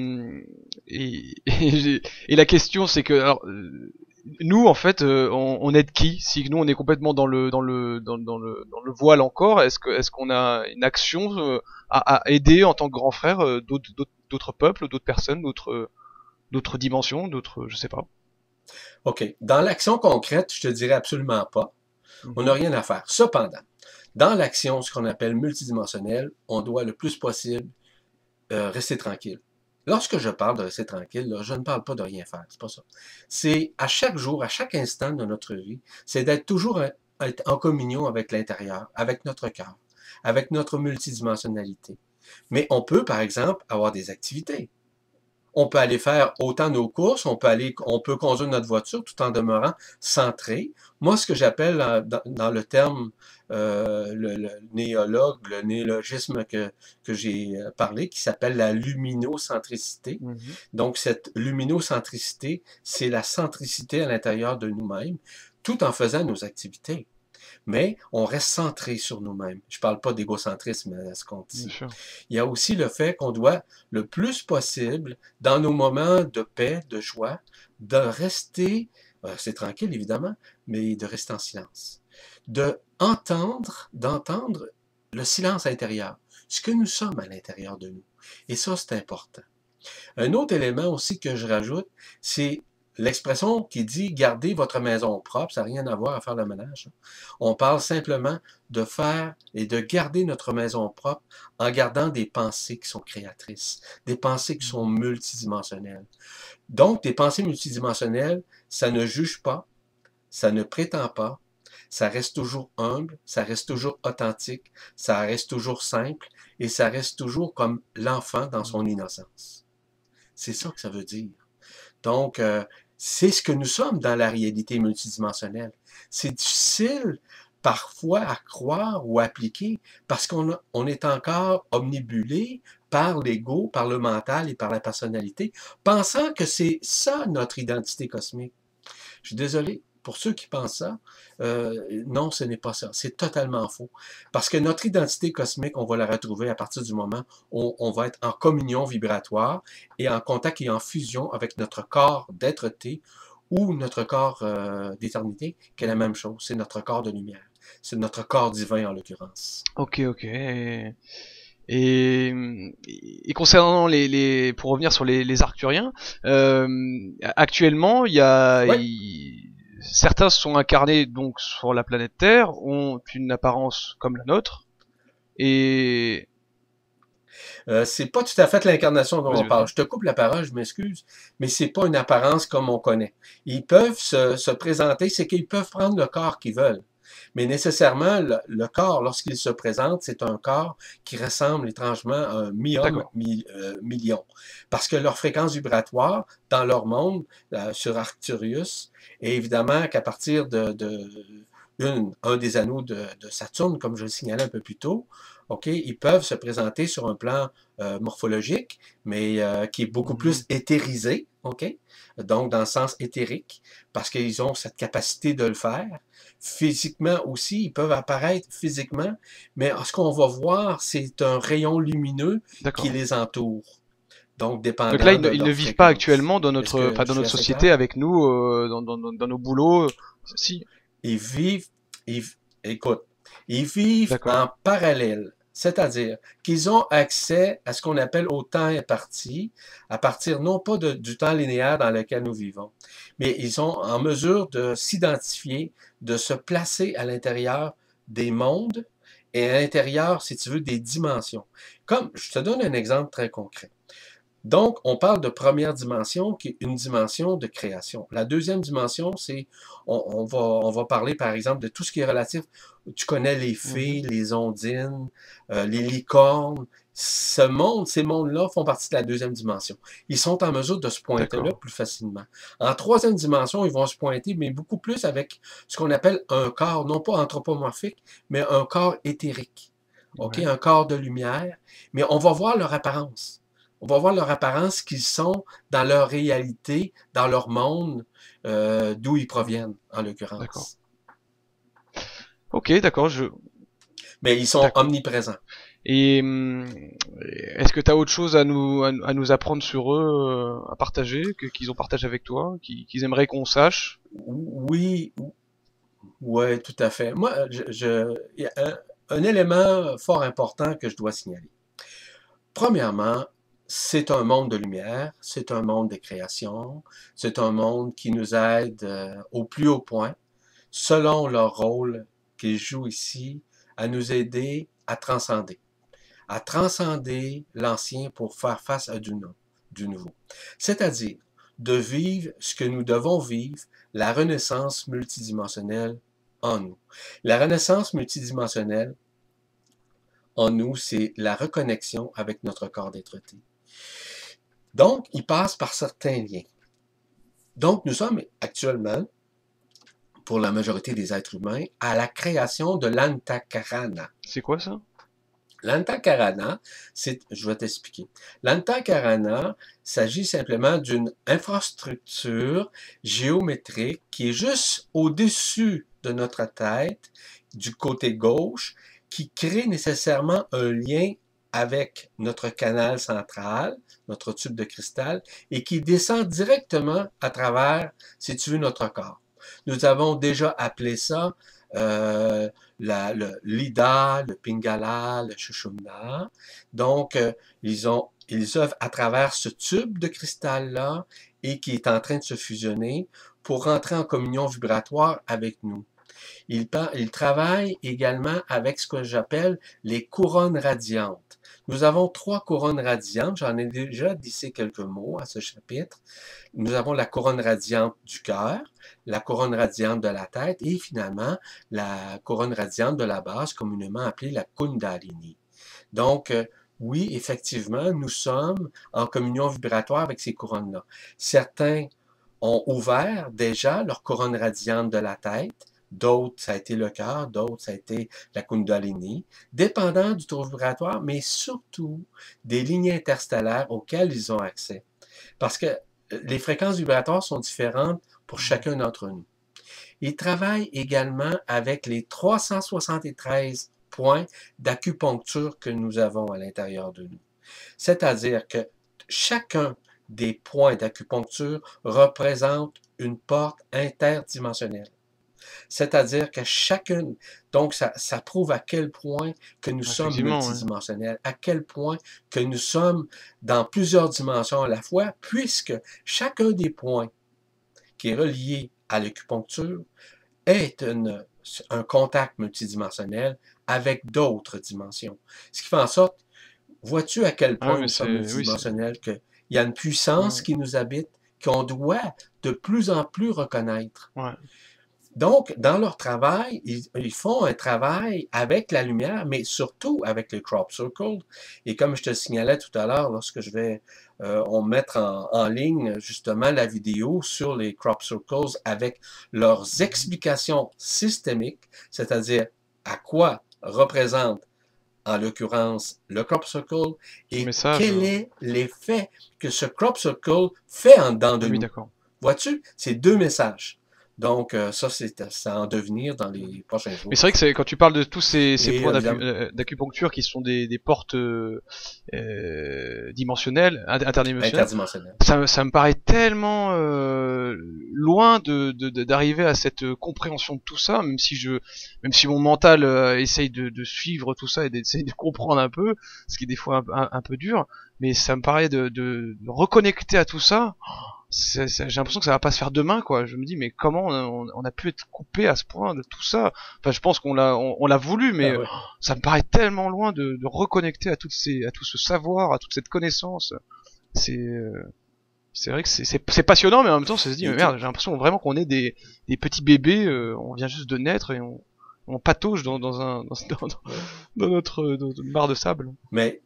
et la question c'est que alors nous en fait on aide qui si nous on est complètement dans le voile encore est-ce qu'on a une action à aider en tant que grand frère d'autres peuples d'autres personnes d'autres dimensions d'autres je sais pas. OK. Dans l'action concrète, je te dirais absolument pas. On n'a Mhm. rien à faire. Cependant, dans l'action, ce qu'on appelle multidimensionnelle, on doit le plus possible rester tranquille. Lorsque je parle de rester tranquille, là, je ne parle pas de rien faire, c'est pas ça. C'est à chaque jour, à chaque instant de notre vie, c'est d'être toujours être en communion avec l'intérieur, avec notre cœur, avec notre multidimensionnalité. Mais on peut, par exemple, avoir des activités. On peut aller faire autant nos courses, on peut conduire notre voiture tout en demeurant centré. Moi, ce que j'appelle dans le terme, le néologue, le néologisme que j'ai parlé, qui s'appelle la luminocentricité. Mhm. Donc, cette luminocentricité, c'est la centricité à l'intérieur de nous-mêmes, tout en faisant nos activités. Mais on reste centré sur nous-mêmes. Je ne parle pas d'égocentrisme à ce Bien compte-ci. sûr. Il y a aussi le fait qu'on doit, le plus possible, dans nos moments de paix, de joie, de rester, c'est tranquille évidemment, mais de rester en silence. D'entendre le silence intérieur, ce que nous sommes à l'intérieur de nous. Et ça, c'est important. Un autre élément aussi que je rajoute, c'est l'expression qui dit gardez votre maison propre, ça n'a rien à voir à faire le ménage. On parle simplement de faire et de garder notre maison propre en gardant des pensées qui sont créatrices, des pensées qui sont multidimensionnelles. Donc, des pensées multidimensionnelles, ça ne juge pas, ça ne prétend pas, ça reste toujours humble, ça reste toujours authentique, ça reste toujours simple et ça reste toujours comme l'enfant dans son innocence. C'est ça que ça veut dire. Donc, c'est ce que nous sommes dans la réalité multidimensionnelle. C'est difficile parfois à croire ou à appliquer parce on est encore omnibulé par l'ego, par le mental et par la personnalité, pensant que c'est ça notre identité cosmique. Je suis désolé pour ceux qui pensent ça. Non, ce n'est pas ça. C'est totalement faux. Parce que notre identité cosmique, on va la retrouver à partir du moment où on va être en communion vibratoire et en contact et en fusion avec notre corps d'être-té ou notre corps d'éternité, qui est la même chose. C'est notre corps de lumière. C'est notre corps divin en l'occurrence. Ok, ok. Et, et concernant pour revenir sur les Arcturiens, actuellement, Oui, certains sont incarnés donc sur la planète Terre, ont une apparence comme la nôtre, et c'est pas tout à fait l'incarnation dont vas-y, on parle. vas-y. Je te coupe la parole, je m'excuse, mais c'est pas une apparence comme on connaît. Ils peuvent se présenter, c'est qu'ils peuvent prendre le corps qu'ils veulent. Mais nécessairement, le corps, lorsqu'il se présente, c'est un corps qui ressemble étrangement à un mi-homme, D'accord. million. Parce que leur fréquence vibratoire, dans leur monde, sur Arcturus, est évidemment qu'à partir un des anneaux de Saturne, comme je le signalais un peu plus tôt, OK, ils peuvent se présenter sur un plan morphologique, mais qui est beaucoup Mhm. plus éthérisé, OK? Donc, dans le sens éthérique, parce qu'ils ont cette capacité de le faire. Physiquement aussi, ils peuvent apparaître physiquement, mais ce qu'on va voir, c'est un rayon lumineux qui D'accord. les entoure. Donc, Donc là, dépendant de ils ne leur vivent pas fréquence. actuellement dans Est-ce notre, que enfin, je dans suis notre assez société clair? avec nous, dans nos boulots. Si, Ils vivent, ils, écoute, ils vivent d'accord. en parallèle. C'est-à-dire qu'ils ont accès à ce qu'on appelle au temps imparti, à partir non pas du temps linéaire dans lequel nous vivons, mais ils sont en mesure de s'identifier, de se placer à l'intérieur des mondes et à l'intérieur, si tu veux, des dimensions. Comme, je te donne un exemple très concret. Donc, on parle de première dimension, qui est une dimension de création. La deuxième dimension, c'est, on va parler par exemple de tout ce qui est relatif. Tu connais les Mhm. fées, les ondines, les licornes. Ce monde, ces mondes-là font partie de la deuxième dimension. Ils sont en mesure de se pointer là D'accord. plus facilement. En troisième dimension, ils vont se pointer, mais beaucoup plus avec ce qu'on appelle un corps, non pas anthropomorphique, mais un corps éthérique. OK? Ouais. Un corps de lumière. Mais on va voir leur apparence. On va voir leur apparence, qu'ils sont dans leur réalité, dans leur monde, d'où ils proviennent, en D'accord. l'occurrence. Ok, d'accord. Mais ils sont D'accord. omniprésents. Et est-ce que tu as autre chose à nous apprendre sur eux, à partager, qu'ils ont partagé avec toi, qu'ils aimeraient qu'on sache? Oui, ouais, tout à fait. Moi, il y a un élément fort important que je dois signaler. Premièrement, c'est un monde de lumière, c'est un monde de création, c'est un monde qui nous aide au plus haut point, selon leur rôle qu'ils jouent ici, à nous aider à transcender l'ancien pour faire face à du du nouveau. C'est-à-dire de vivre ce que nous devons vivre, la renaissance multidimensionnelle en nous. La renaissance multidimensionnelle en nous, c'est la reconnexion avec notre corps d'être-té. Donc, il passe par certains liens. Donc, nous sommes actuellement, pour la majorité des êtres humains, à la création de l'Antakarana. C'est quoi ça? L'Antakarana, je vais t'expliquer. L'Antakarana s'agit simplement d'une infrastructure géométrique qui est juste au-dessus de notre tête, du côté gauche, qui crée nécessairement un lien avec notre canal central, notre tube de cristal, et qui descend directement à travers, si tu veux, notre corps. Nous avons déjà appelé ça l'Ida, le Pingala, le Shushumna. Donc, ils œuvrent à travers ce tube de cristal-là et qui est en train de se fusionner pour rentrer en communion vibratoire avec nous. Ils travaillent également avec ce que j'appelle les couronnes radiantes. Nous avons 3 couronnes radiantes, j'en ai déjà dit quelques mots à ce chapitre. Nous avons la couronne radiante du cœur, la couronne radiante de la tête et finalement la couronne radiante de la base, communément appelée la Kundalini. Donc, oui, effectivement, nous sommes en communion vibratoire avec ces couronnes-là. Certains ont ouvert déjà leur couronne radiante de la tête, d'autres, ça a été le cœur, d'autres, ça a été la Kundalini, dépendant du taux vibratoire, mais surtout des lignes interstellaires auxquelles ils ont accès. Parce que les fréquences vibratoires sont différentes pour chacun d'entre nous. Ils travaillent également avec les 373 points d'acupuncture que nous avons à l'intérieur de nous. C'est-à-dire que chacun des points d'acupuncture représente une porte interdimensionnelle. C'est-à-dire que chacune, donc ça prouve à quel point que nous sommes multidimensionnels, à quel point que nous sommes dans plusieurs dimensions à la fois, puisque chacun des points qui est relié à l'acupuncture est un contact multidimensionnel avec d'autres dimensions. Ce qui fait en sorte, vois-tu à quel point nous sommes multidimensionnels, qu'il y a une puissance qui nous habite, qu'on doit de plus en plus reconnaître. Ouais. Donc, dans leur travail, ils font un travail avec la lumière, mais surtout avec les crop circles. Et comme je te le signalais tout à l'heure, lorsque on mettre en ligne justement la vidéo sur les crop circles avec leurs explications systémiques, c'est-à-dire à quoi représente en l'occurrence le crop circle et quel est l'effet que ce crop circle fait en dedans de nous. Vois-tu, c'est 2 messages. Donc, ça, c'est à en devenir dans les prochains jours. Mais c'est vrai que quand tu parles de tous ces points d'acupuncture qui sont des portes dimensionnelles, interdimensionnelles, ça me paraît tellement loin d'arriver à cette compréhension de tout ça, même si mon mental essaye de suivre tout ça et d'essayer de comprendre un peu, ce qui est des fois un peu dur, mais ça me paraît de reconnecter à tout ça. J'ai l'impression que ça va pas se faire demain, quoi. Je me dis, mais comment on a pu être coupé à ce point de tout ça? Enfin, je pense qu'on l'a voulu, mais ça me paraît tellement loin de reconnecter à tout ce savoir, à toute cette connaissance. C'est vrai que c'est passionnant, mais en même temps, ça se dit, mais merde, j'ai l'impression vraiment qu'on est des petits bébés, on vient juste de naître et on patauge dans notre barre de sable. Mais,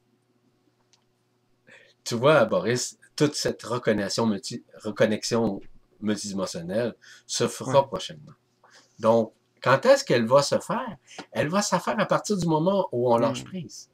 tu vois, Boris, toute cette reconnexion multidimensionnelle se fera prochainement. Donc, quand est-ce qu'elle va se faire? Elle va se faire à partir du moment où on lâche prise.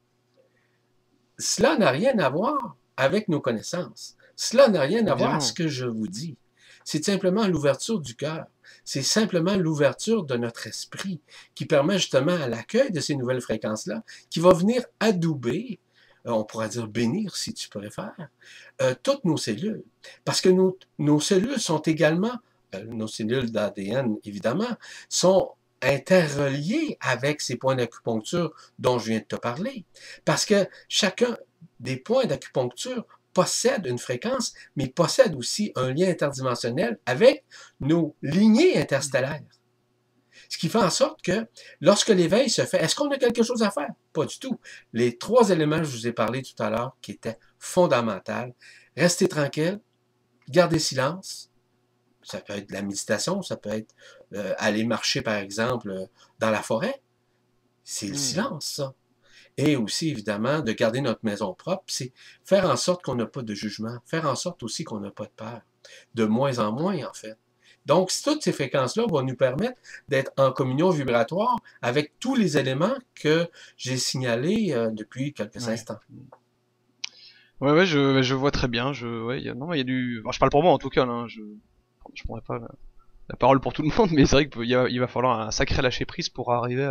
Cela n'a rien à voir avec nos connaissances. Cela n'a rien à voir avec ce que je vous dis. C'est simplement l'ouverture du cœur. C'est simplement l'ouverture de notre esprit qui permet justement à l'accueil de ces nouvelles fréquences-là, qui va venir adouber, on pourrait dire bénir si tu préfères, toutes nos cellules. Parce que nos cellules sont également, nos cellules d'ADN évidemment, sont interreliées avec ces points d'acupuncture dont je viens de te parler. Parce que chacun des points d'acupuncture possède une fréquence, mais possède aussi un lien interdimensionnel avec nos lignées interstellaires. Ce qui fait en sorte que lorsque l'éveil se fait, est-ce qu'on a quelque chose à faire? Pas du tout. Les 3 éléments que je vous ai parlé tout à l'heure qui étaient fondamentaux, rester tranquille, garder silence. Ça peut être de la méditation, ça peut être aller marcher, par exemple, dans la forêt. C'est le Hmm. silence, ça. Et aussi, évidemment, de garder notre maison propre, c'est faire en sorte qu'on n'a pas de jugement, faire en sorte aussi qu'on n'a pas de peur. De moins en moins, en fait. Donc, toutes ces fréquences-là vont nous permettre d'être en communion vibratoire avec tous les éléments que j'ai signalés depuis quelques Ouais. instants. Ouais, ouais, je vois très bien. Ouais, non, il y a du. Enfin, je parle pour moi en tout cas. Là, je prendrai pas la parole pour tout le monde, mais c'est vrai il va falloir un sacré lâcher prise pour arriver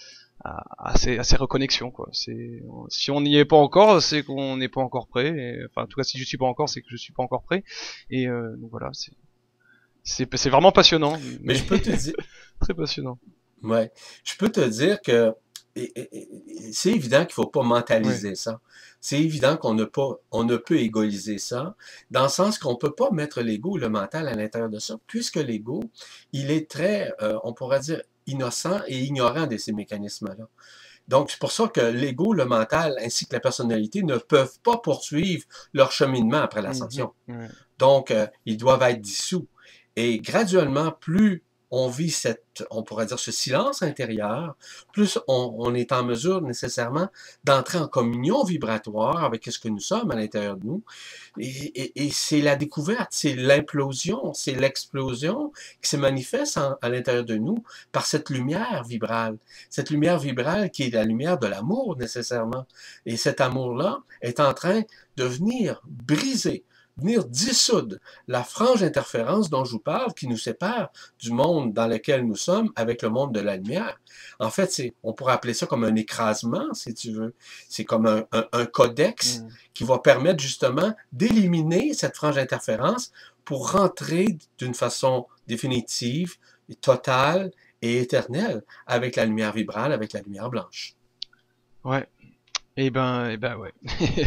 à ces reconnexions, quoi. Si on n'y est pas encore, c'est qu'on n'est pas encore prêt. Enfin, en tout cas, si je suis pas encore, c'est que je suis pas encore prêt. Donc voilà, c'est vraiment passionnant, Mais mais je peux te dire, très passionnant. ouais, je peux te dire que c'est évident qu'il ne faut pas Ouais. mentaliser ça. C'est évident on ne peut égaliser ça, dans le sens qu'on ne peut pas mettre l'ego ou le mental à l'intérieur de ça, puisque l'ego, il est très, on pourrait dire, innocent et ignorant de ces mécanismes-là. Donc, c'est pour ça que l'ego, le mental, ainsi que la personnalité ne peuvent pas poursuivre leur cheminement après Mhm. l'ascension. Ouais. Donc, ils doivent être dissous. Et graduellement, plus on vit on pourrait dire, ce silence intérieur, plus on est en mesure nécessairement d'entrer en communion vibratoire avec ce que nous sommes à l'intérieur de nous. Et c'est la découverte, c'est l'implosion, c'est l'explosion qui se manifeste à l'intérieur de nous par cette lumière vibrale. Cette lumière vibrale qui est la lumière de l'amour nécessairement. Et cet amour-là est en train de venir briser, venir dissoudre la frange d'interférence dont je vous parle, qui nous sépare du monde dans lequel nous sommes avec le monde de la lumière. En fait, on pourrait appeler ça comme un écrasement, si tu veux. C'est comme un codex Mhm. qui va permettre justement d'éliminer cette frange d'interférence pour rentrer d'une façon définitive, totale et éternelle avec la lumière vibrale, avec la lumière blanche. Ouais. Et ben ouais.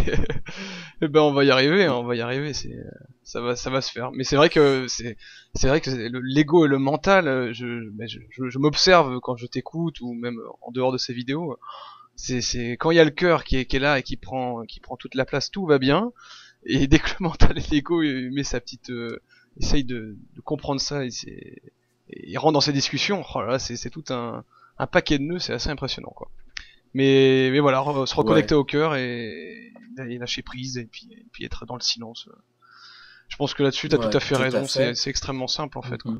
Et ben on va y arriver, hein, on va y arriver. Ça va se faire. Mais c'est vrai que l'ego et le mental. Je m'observe quand je t'écoute ou même en dehors de ces vidéos. C'est quand il y a le cœur qui est là et qui prend toute la place, tout va bien. Et dès que le mental et l'ego met sa petite, essaye de comprendre ça et rentre dans ces discussions. Oh là là, c'est tout un paquet de nœuds. C'est assez impressionnant, quoi. Mais voilà, se reconnecter Ouais, au cœur et lâcher prise et puis être dans le silence. Je pense que là-dessus, t'as tout à ouais, fait tout à raison. fait. C'est extrêmement simple en fait, quoi. Mhm.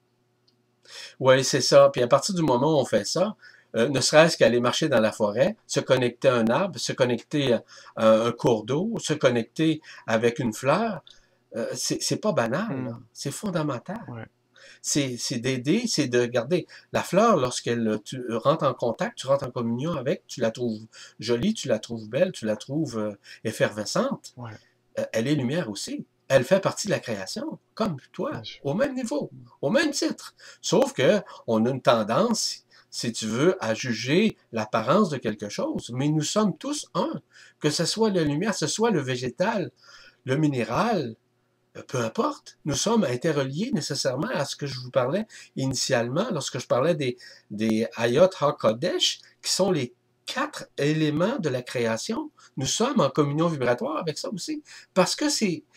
Oui, c'est ça. Puis à partir du moment où on fait ça, ne serait-ce qu'aller marcher dans la forêt, se connecter à un arbre, se connecter à un cours d'eau, se connecter avec une fleur, c'est pas banal, là. Hmm, C'est fondamental. ouais. C'est d'aider, c'est de garder la fleur lorsqu'elle tu rentres en contact, tu rentres en communion avec, tu la trouves jolie, tu la trouves belle, tu la trouves effervescente. Ouais, Elle est lumière aussi. Elle fait partie de la création, comme bien toi, sûr. au même niveau, au même titre. Sauf que on a une tendance, si tu veux, à juger l'apparence de quelque chose, mais nous sommes tous un. Que ce soit la lumière, que ce soit le végétal, le minéral, peu importe, nous sommes interreliés nécessairement à ce que je vous parlais initialement lorsque je parlais des Hayot HaKodesh, qui sont les 4 éléments de la création. Nous sommes en communion vibratoire avec ça aussi. Parce que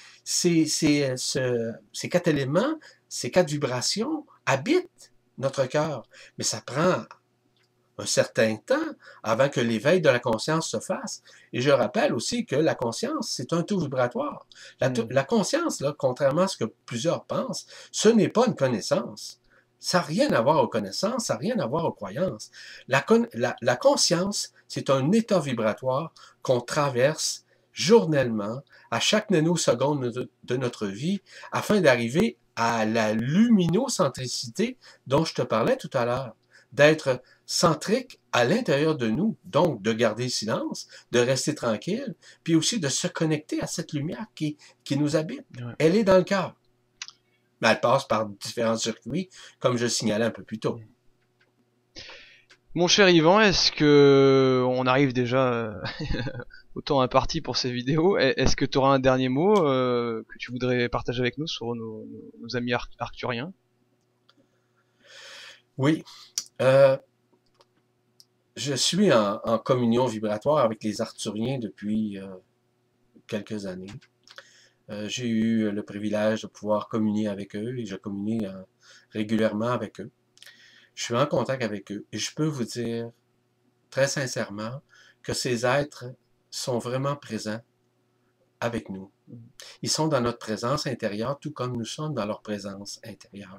ces 4 éléments, ces 4 vibrations habitent notre cœur. Mais ça prend un certain temps avant que l'éveil de la conscience se fasse. Et je rappelle aussi que la conscience, c'est un taux vibratoire. Hmm, La conscience, là, contrairement à ce que plusieurs pensent, ce n'est pas une connaissance. Ça n'a rien à voir aux connaissances, ça n'a rien à voir aux croyances. La conscience, c'est un état vibratoire qu'on traverse journellement, à chaque nanoseconde de notre vie, afin d'arriver à la luminocentricité dont je te parlais tout à l'heure, d'être centrique à l'intérieur de nous, donc de garder le silence, de rester tranquille, puis aussi de se connecter à cette lumière qui nous habite. ouais. Elle est dans le cœur, mais elle passe par différents circuits, comme je le signalais un peu plus tôt. Mon cher Yvan, est-ce que on arrive déjà au temps imparti pour ces vidéos? Est-ce que tu auras un dernier mot que tu voudrais partager avec nous sur nos amis arcturiens? Oui, je suis en communion vibratoire avec les Arthuriens depuis quelques années. J'ai eu le privilège de pouvoir communier avec eux et je communie régulièrement avec eux. Je suis en contact avec eux et je peux vous dire très sincèrement que ces êtres sont vraiment présents avec nous. Ils sont dans notre présence intérieure tout comme nous sommes dans leur présence intérieure.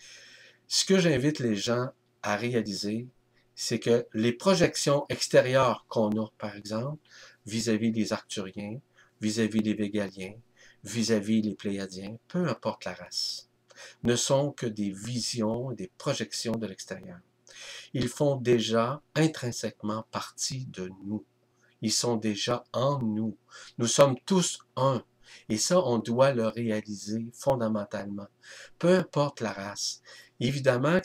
Ce que j'invite les gens à réaliser, c'est que les projections extérieures qu'on a, par exemple, vis-à-vis des Arcturiens, vis-à-vis des Végaliens, vis-à-vis des Pléiadiens, peu importe la race, ne sont que des visions, des projections de l'extérieur. Ils font déjà intrinsèquement partie de nous. Ils sont déjà en nous. Nous sommes tous un. Et ça, on doit le réaliser fondamentalement. Peu importe la race. Évidemment que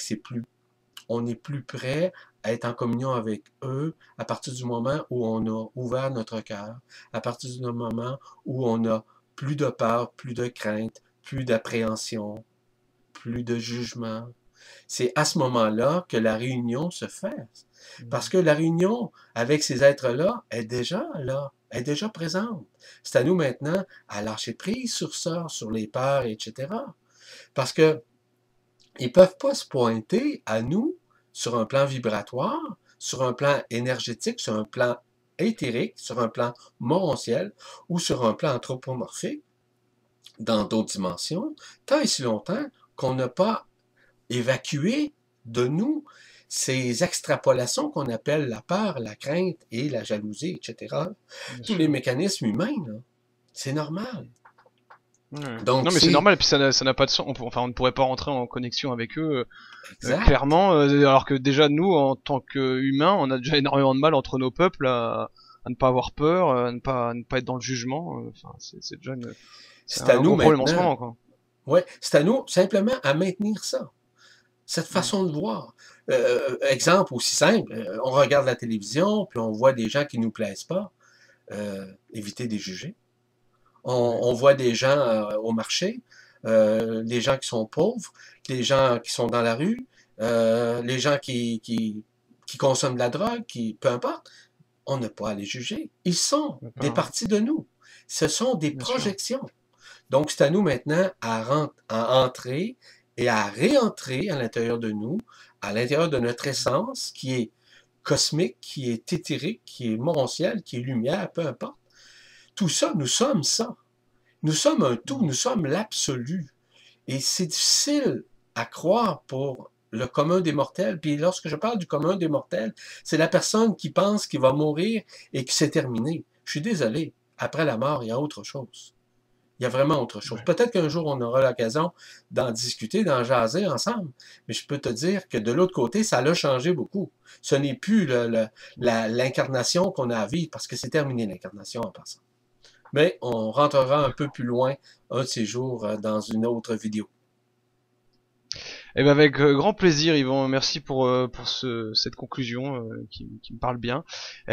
on est plus prêt à être en communion avec eux à partir du moment où on a ouvert notre cœur, à partir du moment où on a plus de peur, plus de crainte, plus d'appréhension, plus de jugement. C'est à ce moment-là que la réunion se fait. Parce que la réunion avec ces êtres-là est déjà là, est déjà présente. C'est à nous maintenant à lâcher prise sur ça, sur les peurs, etc. Parce que ils peuvent pas se pointer à nous sur un plan vibratoire, sur un plan énergétique, sur un plan éthérique, sur un plan morontiel ou sur un plan anthropomorphique, dans d'autres dimensions, tant et si longtemps qu'on n'a pas évacué de nous ces extrapolations qu'on appelle la peur, la crainte et la jalousie, etc. Tous les mécanismes humains, c'est normal. Donc, non mais c'est normal, et puis ça n'a pas de sens, on ne pourrait pas rentrer en connexion avec eux clairement, alors que déjà nous, en tant qu'humains, on a déjà énormément de mal entre nos peuples à ne pas avoir peur, à ne pas être dans le jugement, enfin, c'est déjà c'est à nous gros problème en ce maintenant. moment, quoi. Ouais, c'est à nous simplement à maintenir ça, cette façon de voir. Exemple aussi simple, on regarde la télévision, puis on voit des gens qui nous plaisent pas, éviter de les juger. On voit des gens au marché, les gens qui sont pauvres, les gens qui sont dans la rue, les gens qui consomment de la drogue, peu importe. On n'a pas à les juger. Ils sont des parties de nous. Ce sont des projections. Donc, c'est à nous maintenant à entrer et à réentrer à l'intérieur de nous, à l'intérieur de notre essence qui est cosmique, qui est éthérique, qui est morontielle, qui est lumière, peu importe. Tout ça, nous sommes ça. Nous sommes un tout, nous sommes l'absolu. Et c'est difficile à croire pour le commun des mortels. Puis lorsque je parle du commun des mortels, c'est la personne qui pense qu'il va mourir et que c'est terminé. Je suis désolé, après la mort, il y a autre chose. Il y a vraiment autre chose. Peut-être qu'un jour, on aura l'occasion d'en discuter, d'en jaser ensemble. Mais je peux te dire que de l'autre côté, ça l'a changé beaucoup. Ce n'est plus l'incarnation qu'on a à vivre, parce que c'est terminé l'incarnation en passant. Mais on rentrera un peu plus loin un de ces jours dans une autre vidéo. Eh ben avec grand plaisir, Yvan. Merci pour cette conclusion qui me parle bien.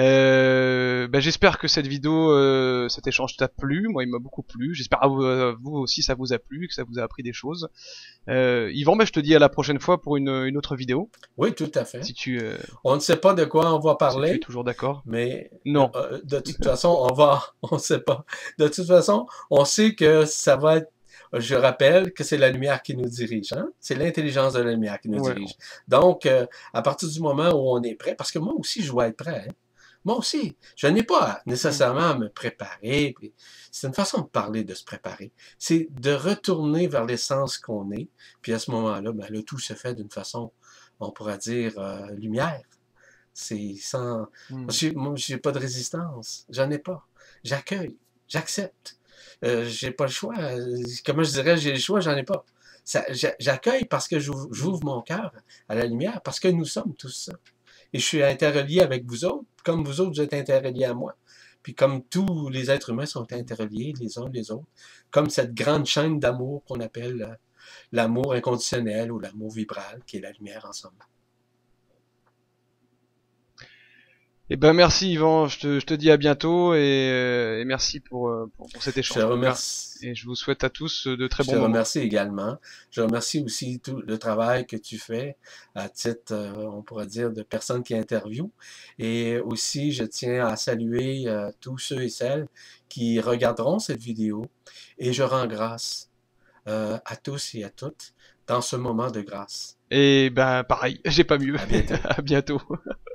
J'espère que cette vidéo, cet échange t'a plu. Moi, il m'a beaucoup plu. J'espère à vous aussi ça vous a plu, que ça vous a appris des choses. Yvan, je te dis à la prochaine fois pour une autre vidéo. Oui, tout à fait. Si tu, on ne sait pas de quoi on va parler. Si tu es toujours d'accord. Mais non. De toute façon, on ne sait pas. De toute façon, on sait que ça va être. Je rappelle que c'est la lumière qui nous dirige. Hein? C'est l'intelligence de la lumière qui nous dirige. Donc, à partir du moment où on est prêt, parce que moi aussi, je dois être prêt. Hein? Moi aussi, je n'ai pas nécessairement à me préparer. C'est une façon de parler, de se préparer. C'est de retourner vers l'essence qu'on est. Puis à ce moment-là, le tout se fait d'une façon, on pourra dire, lumière. C'est sans... Moi, j'ai pas de résistance. J'en ai pas. J'accueille. J'accepte. J'ai pas le choix. Comment je dirais, j'ai le choix, j'en ai pas. J'accueille parce que j'ouvre mon cœur à la lumière, parce que nous sommes tous ça. Et je suis interrelié avec vous autres, comme vous autres, vous êtes interreliés à moi. Puis comme tous les êtres humains sont interreliés les uns les autres, comme cette grande chaîne d'amour qu'on appelle l'amour inconditionnel ou l'amour vibral, qui est la lumière ensemble. Et ben merci Yvan, je te dis à bientôt et merci pour cet Je te échange en tout cas. remercie. Et je vous souhaite à tous de très Je te bons moments. remercie également. Je remercie aussi tout le travail que tu fais à titre, on pourrait dire, de personne qui interviewe. Et aussi, je tiens à saluer tous ceux et celles qui regarderont cette vidéo. Et je rends grâce à tous et à toutes dans ce moment de grâce. Et ben pareil, j'ai pas mieux. À bientôt. À bientôt.